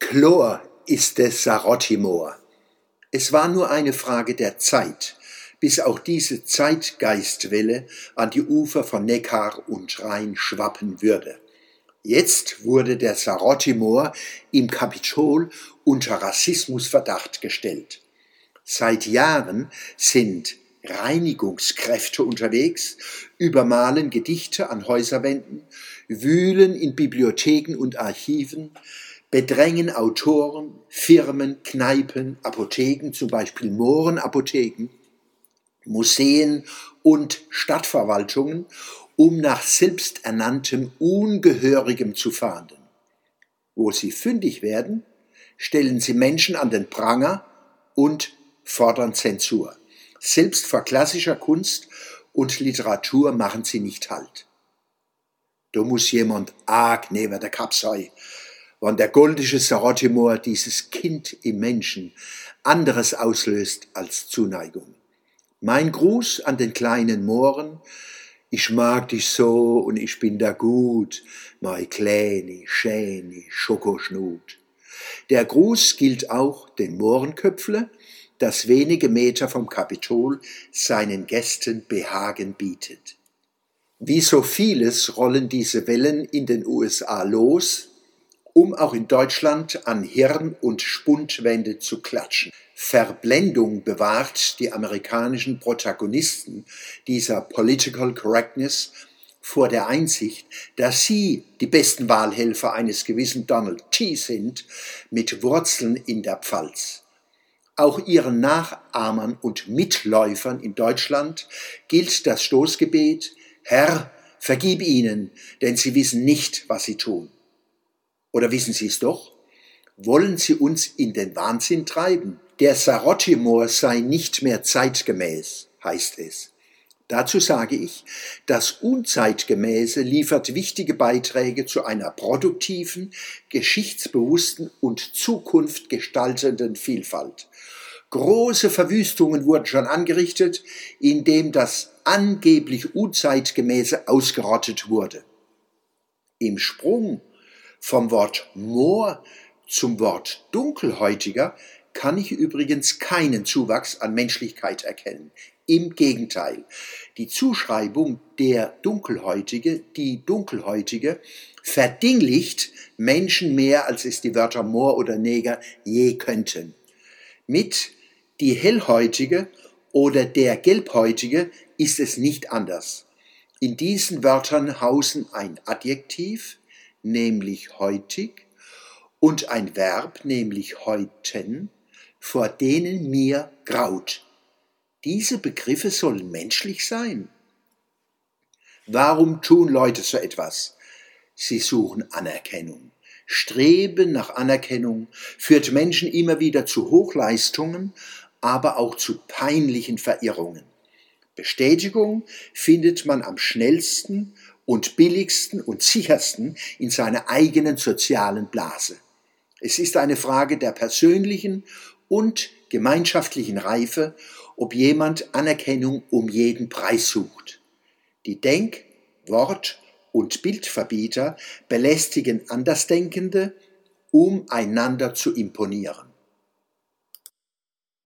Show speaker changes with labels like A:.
A: Chlor ist des Sarottimor. Es war nur eine Frage der Zeit, bis auch diese Zeitgeistwelle an die Ufer von Neckar und Rhein schwappen würde. Jetzt wurde der Sarottimor im Kapitol unter Rassismusverdacht gestellt. Seit Jahren sind Reinigungskräfte unterwegs, übermalen Gedichte an Häuserwänden, wühlen in Bibliotheken und Archiven, bedrängen Autoren, Firmen, Kneipen, Apotheken, zum Beispiel Mohrenapotheken, Museen und Stadtverwaltungen, um nach selbsternanntem Ungehörigem zu fahnden. Wo sie fündig werden, stellen sie Menschen an den Pranger und fordern Zensur. Selbst vor klassischer Kunst und Literatur machen sie nicht Halt. Da muss jemand arg neben der Kap sein, wann der goldische Sarottimor, dieses Kind im Menschen, anderes auslöst als Zuneigung. Mein Gruß an den kleinen Mohren: Ich mag dich so und ich bin da gut, mein kleine, schöne Schokoschnut. Der Gruß gilt auch den Mohrenköpfle, das wenige Meter vom Kapitol seinen Gästen Behagen bietet. Wie so vieles rollen diese Wellen in den USA los, um auch in Deutschland an Hirn- und Spundwände zu klatschen. Verblendung bewahrt die amerikanischen Protagonisten dieser Political Correctness vor der Einsicht, dass sie die besten Wahlhelfer eines gewissen Donald T. sind, mit Wurzeln in der Pfalz. Auch ihren Nachahmern und Mitläufern in Deutschland gilt das Stoßgebet: Herr, vergib ihnen, denn sie wissen nicht, was sie tun. Oder wissen sie es doch? Wollen sie uns in den Wahnsinn treiben? Der Sarottimor sei nicht mehr zeitgemäß, heißt es. Dazu sage ich, das Unzeitgemäße liefert wichtige Beiträge zu einer produktiven, geschichtsbewussten und zukunftgestaltenden Vielfalt. Große Verwüstungen wurden schon angerichtet, indem das angeblich Unzeitgemäße ausgerottet wurde. Im Sprung vom Wort Moor zum Wort Dunkelhäutiger kann ich übrigens keinen Zuwachs an Menschlichkeit erkennen. Im Gegenteil, die Zuschreibung der Dunkelhäutige, die Dunkelhäutige, verdinglicht Menschen mehr, als es die Wörter Moor oder Neger je könnten. Mit die Hellhäutige oder der Gelbhäutige ist es nicht anders. In diesen Wörtern hausen ein Adjektiv, nämlich heutig, und ein Verb, nämlich häuten, vor denen mir graut. Diese Begriffe sollen menschlich sein. Warum tun Leute so etwas? Sie suchen Anerkennung. Streben nach Anerkennung führt Menschen immer wieder zu Hochleistungen, aber auch zu peinlichen Verirrungen. Bestätigung findet man am schnellsten und billigsten und sichersten in seiner eigenen sozialen Blase. Es ist eine Frage der persönlichen und gemeinschaftlichen Reife, ob jemand Anerkennung um jeden Preis sucht. Die Denk-, Wort- und Bildverbieter belästigen Andersdenkende, um einander zu imponieren.